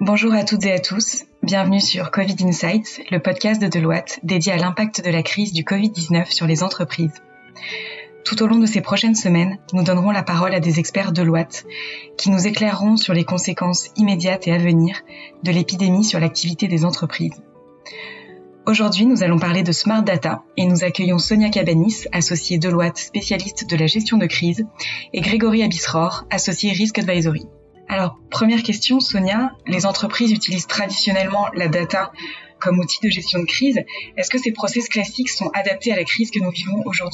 Bonjour à toutes et à tous, bienvenue sur Covid Insights, le podcast de Deloitte dédié à l'impact de la crise du Covid-19 sur les entreprises. Tout au long de ces prochaines semaines, nous donnerons la parole à des experts Deloitte qui nous éclaireront sur les conséquences immédiates et à venir de l'épidémie sur l'activité des entreprises. Aujourd'hui, nous allons parler de Smart Data et nous accueillons Sonia Cabanis, associée Deloitte spécialiste de la gestion de crise, et Grégory Abisror, associé Risk Advisory. Alors, première question, Sonia, les entreprises utilisent traditionnellement la data comme outil de gestion de crise. Est-ce que ces process classiques sont adaptés à la crise que nous vivons aujourd'hui ?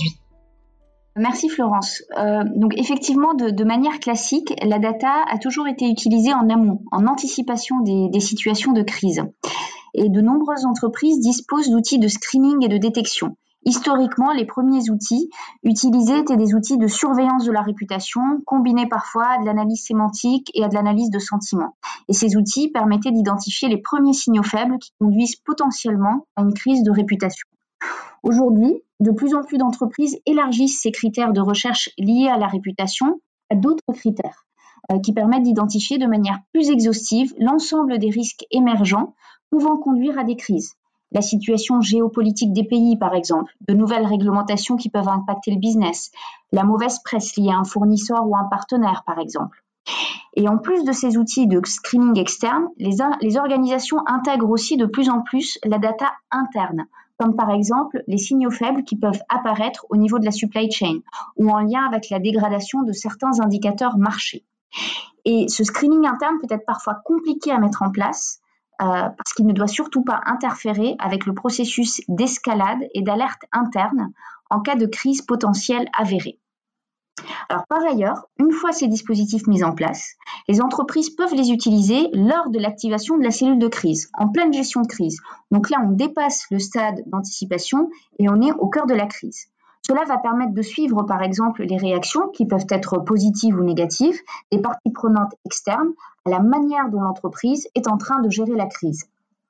Merci Florence. Donc effectivement, de manière classique, la data a toujours été utilisée en amont, en anticipation des situations de crise. Et de nombreuses entreprises disposent d'outils de screening et de détection. Historiquement, les premiers outils utilisés étaient des outils de surveillance de la réputation, combinés parfois à de l'analyse sémantique et à de l'analyse de sentiments. Et ces outils permettaient d'identifier les premiers signaux faibles qui conduisent potentiellement à une crise de réputation. Aujourd'hui, de plus en plus d'entreprises élargissent ces critères de recherche liés à la réputation à d'autres critères qui permettent d'identifier de manière plus exhaustive l'ensemble des risques émergents pouvant conduire à des crises. La situation géopolitique des pays, par exemple, de nouvelles réglementations qui peuvent impacter le business, la mauvaise presse liée à un fournisseur ou un partenaire, par exemple. Et en plus de ces outils de screening externe, les organisations intègrent aussi de plus en plus la data interne, comme par exemple les signaux faibles qui peuvent apparaître au niveau de la supply chain ou en lien avec la dégradation de certains indicateurs marchés. Et ce screening interne peut être parfois compliqué à mettre en place parce qu'il ne doit surtout pas interférer avec le processus d'escalade et d'alerte interne en cas de crise potentielle avérée. Alors par ailleurs, une fois ces dispositifs mis en place, les entreprises peuvent les utiliser lors de l'activation de la cellule de crise, en pleine gestion de crise. Donc là, on dépasse le stade d'anticipation et on est au cœur de la crise. Cela va permettre de suivre, par exemple, les réactions qui peuvent être positives ou négatives des parties prenantes externes à la manière dont l'entreprise est en train de gérer la crise.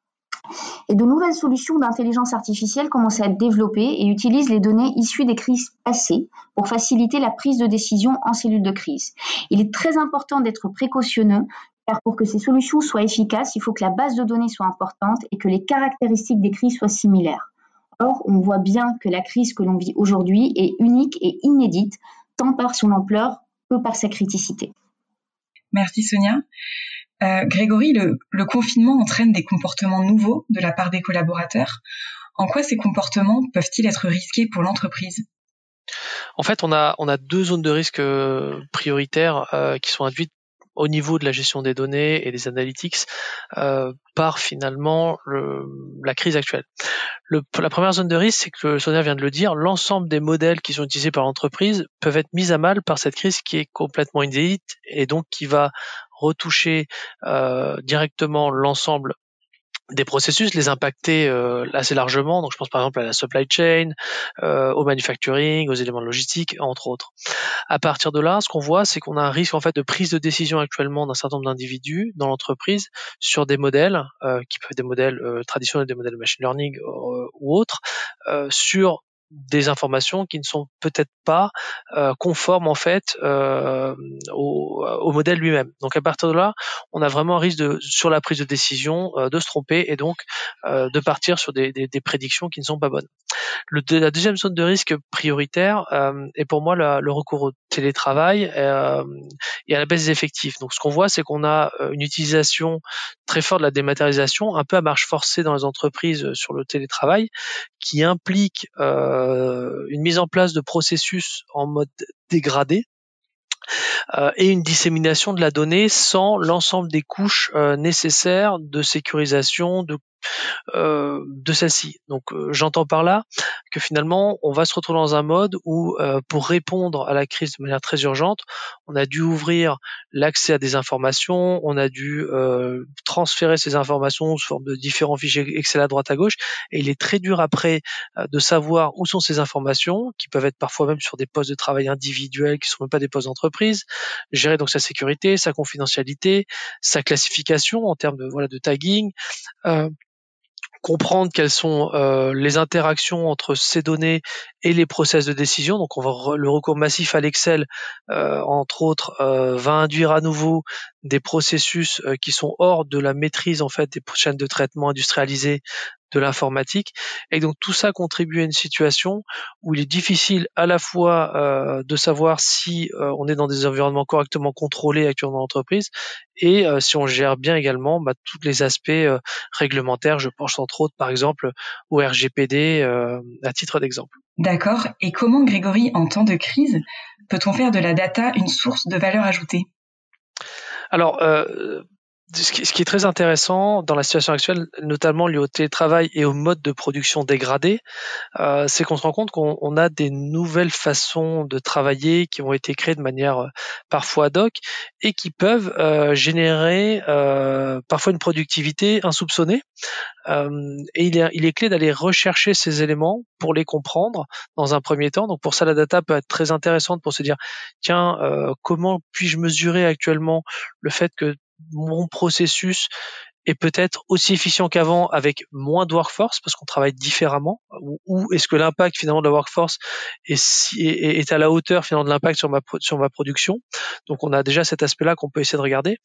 Et de nouvelles solutions d'intelligence artificielle commencent à être développées et utilisent les données issues des crises passées pour faciliter la prise de décision en cellule de crise. Il est très important d'être précautionneux car pour que ces solutions soient efficaces, il faut que la base de données soit importante et que les caractéristiques des crises soient similaires. Or, on voit bien que la crise que l'on vit aujourd'hui est unique et inédite, tant par son ampleur que par sa criticité. Merci Sonia. Grégory, le confinement entraîne des comportements nouveaux de la part des collaborateurs. En quoi ces comportements peuvent-ils être risqués pour l'entreprise ? En fait, on a deux zones de risque prioritaires qui sont induites au niveau de la gestion des données et des analytics par finalement la crise actuelle. La première zone de risque, c'est que Sonia vient de le dire, l'ensemble des modèles qui sont utilisés par l'entreprise peuvent être mis à mal par cette crise qui est complètement inédite et donc qui va retoucher directement l'ensemble des processus, les impacter assez largement. Donc je pense par exemple à la supply chain, au manufacturing, aux éléments logistiques, entre autres. À partir de là, ce qu'on voit, c'est qu'on a un risque en fait de prise de décision actuellement d'un certain nombre d'individus dans l'entreprise sur des modèles qui peuvent être des modèles traditionnels, des modèles machine learning ou autres, sur des informations qui ne sont peut-être pas conformes en fait au modèle lui-même. Donc à partir de là, on a vraiment un risque sur la prise de décision de se tromper et donc de partir sur des prédictions qui ne sont pas bonnes. La deuxième zone de risque prioritaire est pour moi le recours au télétravail et à la baisse des effectifs. Donc ce qu'on voit, c'est qu'on a une utilisation très forte de la dématérialisation, un peu à marche forcée dans les entreprises sur le télétravail, qui implique une mise en place de processus en mode dégradé et une dissémination de la donnée sans l'ensemble des couches nécessaires de sécurisation, de celle-ci. Donc j'entends par là que finalement on va se retrouver dans un mode où pour répondre à la crise de manière très urgente, on a dû ouvrir l'accès à des informations, on a dû transférer ces informations sous forme de différents fichiers Excel à droite à gauche, et il est très dur après de savoir où sont ces informations, qui peuvent être parfois même sur des postes de travail individuels qui ne sont même pas des postes d'entreprise, gérer donc sa sécurité, sa confidentialité, sa classification en termes de tagging, comprendre quelles sont les interactions entre ces données et les process de décision. Donc le recours massif à l'Excel, entre autres, va induire à nouveau des processus qui sont hors de la maîtrise en fait des chaînes de traitement industrialisées de l'informatique, et donc tout ça contribue à une situation où il est difficile à la fois de savoir si on est dans des environnements correctement contrôlés actuellement dans l'entreprise, et si on gère bien également tous les aspects réglementaires. Je pense entre autres par exemple au RGPD à titre d'exemple. D'accord. Et comment, Grégory, en temps de crise, peut-on faire de la data une source de valeur ajoutée ? Alors, ce qui est très intéressant dans la situation actuelle, notamment lié au télétravail et au mode de production dégradé, c'est qu'on se rend compte qu'on a des nouvelles façons de travailler qui ont été créées de manière parfois ad hoc et qui peuvent générer parfois une productivité insoupçonnée. Et il est clé d'aller rechercher ces éléments pour les comprendre dans un premier temps. Donc pour ça, la data peut être très intéressante pour se dire, tiens, comment puis-je mesurer actuellement le fait que mon processus est peut-être aussi efficient qu'avant avec moins de workforce parce qu'on travaille différemment, ou est-ce que l'impact finalement de la workforce est à la hauteur finalement de l'impact sur ma production. Donc on a déjà cet aspect-là qu'on peut essayer de regarder,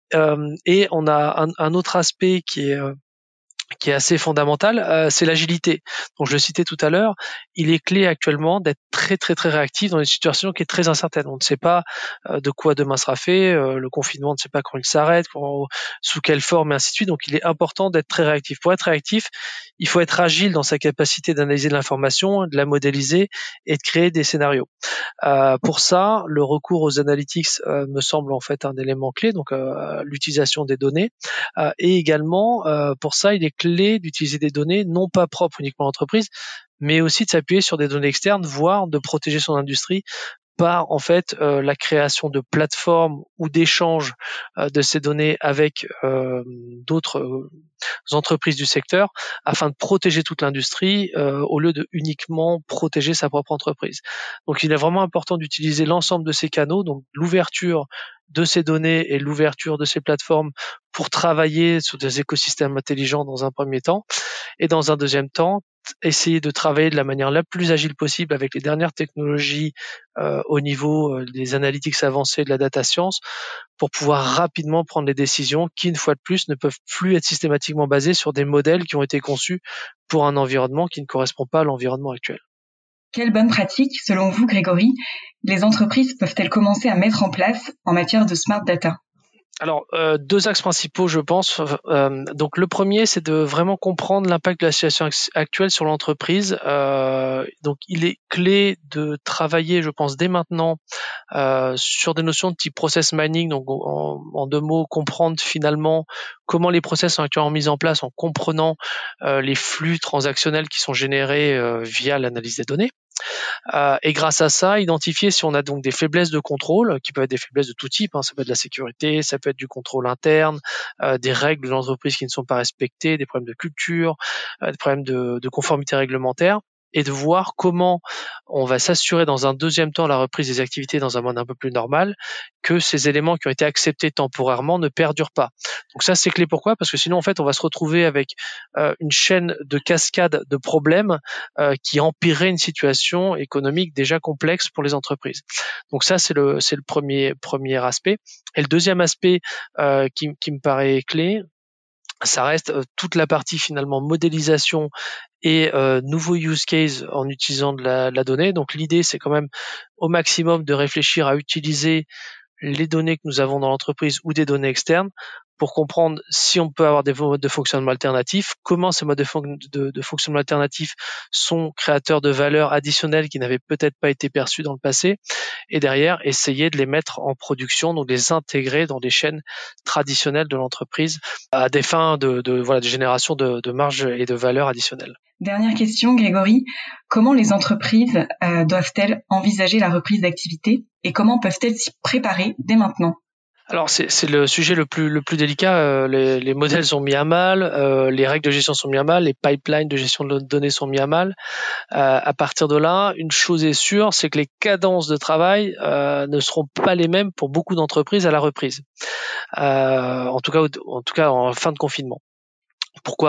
et on a un autre aspect qui est assez fondamental, c'est l'agilité. Donc je le citais tout à l'heure, il est clé actuellement d'être très très très réactif dans une situation qui est très incertaine. On ne sait pas de quoi demain sera fait, le confinement, on ne sait pas quand il s'arrête, sous quelle forme, et ainsi de suite. Donc il est important d'être très réactif. Pour être réactif, il faut être agile dans sa capacité d'analyser de l'information, de la modéliser et de créer des scénarios. Pour ça, le recours aux analytics me semble en fait un élément clé, donc l'utilisation des données. Et également, pour ça, il est clé d'utiliser des données non pas propres uniquement à l'entreprise, mais aussi de s'appuyer sur des données externes, voire de protéger son industrie par en fait la création de plateformes ou d'échanges de ces données avec d'autres entreprises du secteur, afin de protéger toute l'industrie au lieu de uniquement protéger sa propre entreprise. Donc il est vraiment important d'utiliser l'ensemble de ces canaux, donc l'ouverture de ces données et l'ouverture de ces plateformes pour travailler sur des écosystèmes intelligents dans un premier temps, et dans un deuxième temps, essayer de travailler de la manière la plus agile possible avec les dernières technologies au niveau des analytics avancées de la data science, pour pouvoir rapidement prendre les décisions qui, une fois de plus, ne peuvent plus être systématiquement basées sur des modèles qui ont été conçus pour un environnement qui ne correspond pas à l'environnement actuel. Quelle bonne pratique, selon vous, Grégory, les entreprises peuvent-elles commencer à mettre en place en matière de smart data ? Alors, deux axes principaux, je pense. Donc, le premier, c'est de vraiment comprendre l'impact de la situation actuelle sur l'entreprise. Donc, il est clé de travailler, je pense, dès maintenant sur des notions de type process mining. Donc, en deux mots, comprendre finalement comment les process sont actuellement mis en place en comprenant les flux transactionnels qui sont générés via l'analyse des données. Et grâce à ça, identifier si on a donc des faiblesses de contrôle, qui peuvent être des faiblesses de tout type, ça peut être de la sécurité, ça peut être du contrôle interne, des règles de l'entreprise qui ne sont pas respectées, des problèmes de culture, des problèmes de conformité réglementaire, et de voir comment on va s'assurer dans un deuxième temps la reprise des activités dans un monde un peu plus normal, que ces éléments qui ont été acceptés temporairement ne perdurent pas. Donc ça, c'est clé. Pourquoi ? Parce que sinon, en fait, on va se retrouver avec une chaîne de cascade de problèmes qui empirerait une situation économique déjà complexe pour les entreprises. Donc ça, c'est le premier aspect. Et le deuxième aspect qui me paraît clé, ça reste toute la partie finalement modélisation et nouveaux use case en utilisant de la donnée. Donc l'idée, c'est quand même au maximum de réfléchir à utiliser les données que nous avons dans l'entreprise ou des données externes pour comprendre si on peut avoir des modes de fonctionnement alternatifs, comment ces modes de fonctionnement alternatifs sont créateurs de valeur additionnelle qui n'avaient peut-être pas été perçues dans le passé, et derrière essayer de les mettre en production, donc les intégrer dans des chaînes traditionnelles de l'entreprise à des fins de génération de marge et de valeur additionnelle. Dernière question, Grégory. Comment les entreprises doivent-elles envisager la reprise d'activité et comment peuvent-elles s'y préparer dès maintenant ? Alors c'est le sujet le plus délicat. Les modèles sont mis à mal, les règles de gestion sont mis à mal, les pipelines de gestion de données sont mis à mal. À partir de là, une chose est sûre, c'est que les cadences de travail ne seront pas les mêmes pour beaucoup d'entreprises à la reprise. En tout cas en fin de confinement. Pourquoi ?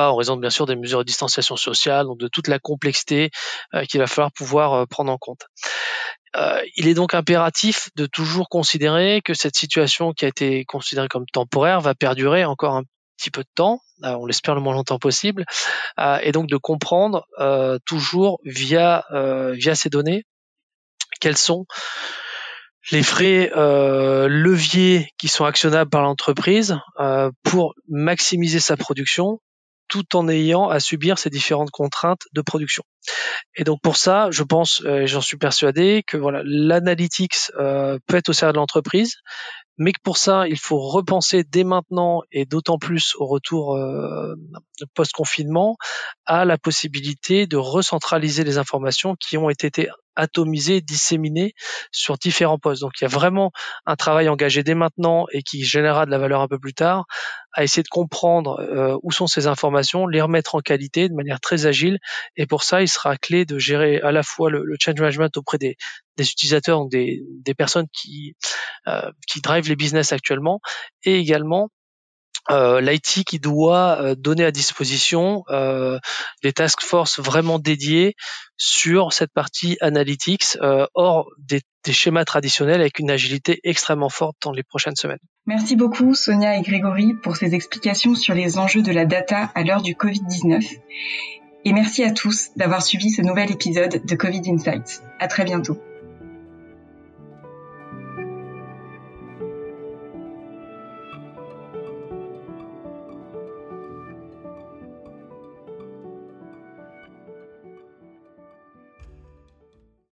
En raison bien sûr des mesures de distanciation sociale, donc de toute la complexité qu'il va falloir pouvoir prendre en compte. Il est donc impératif de toujours considérer que cette situation qui a été considérée comme temporaire va perdurer encore un petit peu de temps, on l'espère le moins longtemps possible, et donc de comprendre toujours via ces données quels sont les frais leviers qui sont actionnables par l'entreprise pour maximiser sa production tout en ayant à subir ces différentes contraintes de production. Et donc pour ça, je pense, j'en suis persuadé, que voilà, l'analytics peut être au service de l'entreprise, mais que pour ça, il faut repenser dès maintenant, et d'autant plus au retour post-confinement, à la possibilité de recentraliser les informations qui ont été atomisées, disséminées sur différents postes. Donc il y a vraiment un travail engagé dès maintenant et qui générera de la valeur un peu plus tard, à essayer de comprendre où sont ces informations, les remettre en qualité de manière très agile. Et pour ça, il sera clé de gérer à la fois le change management auprès des utilisateurs, donc des personnes qui drive les business actuellement, et également l'IT qui doit donner à disposition des task force vraiment dédiés sur cette partie analytics, hors des schémas traditionnels, avec une agilité extrêmement forte dans les prochaines semaines. Merci beaucoup Sonia et Grégory pour ces explications sur les enjeux de la data à l'heure du Covid-19. Et merci à tous d'avoir suivi ce nouvel épisode de Covid Insights. À très bientôt.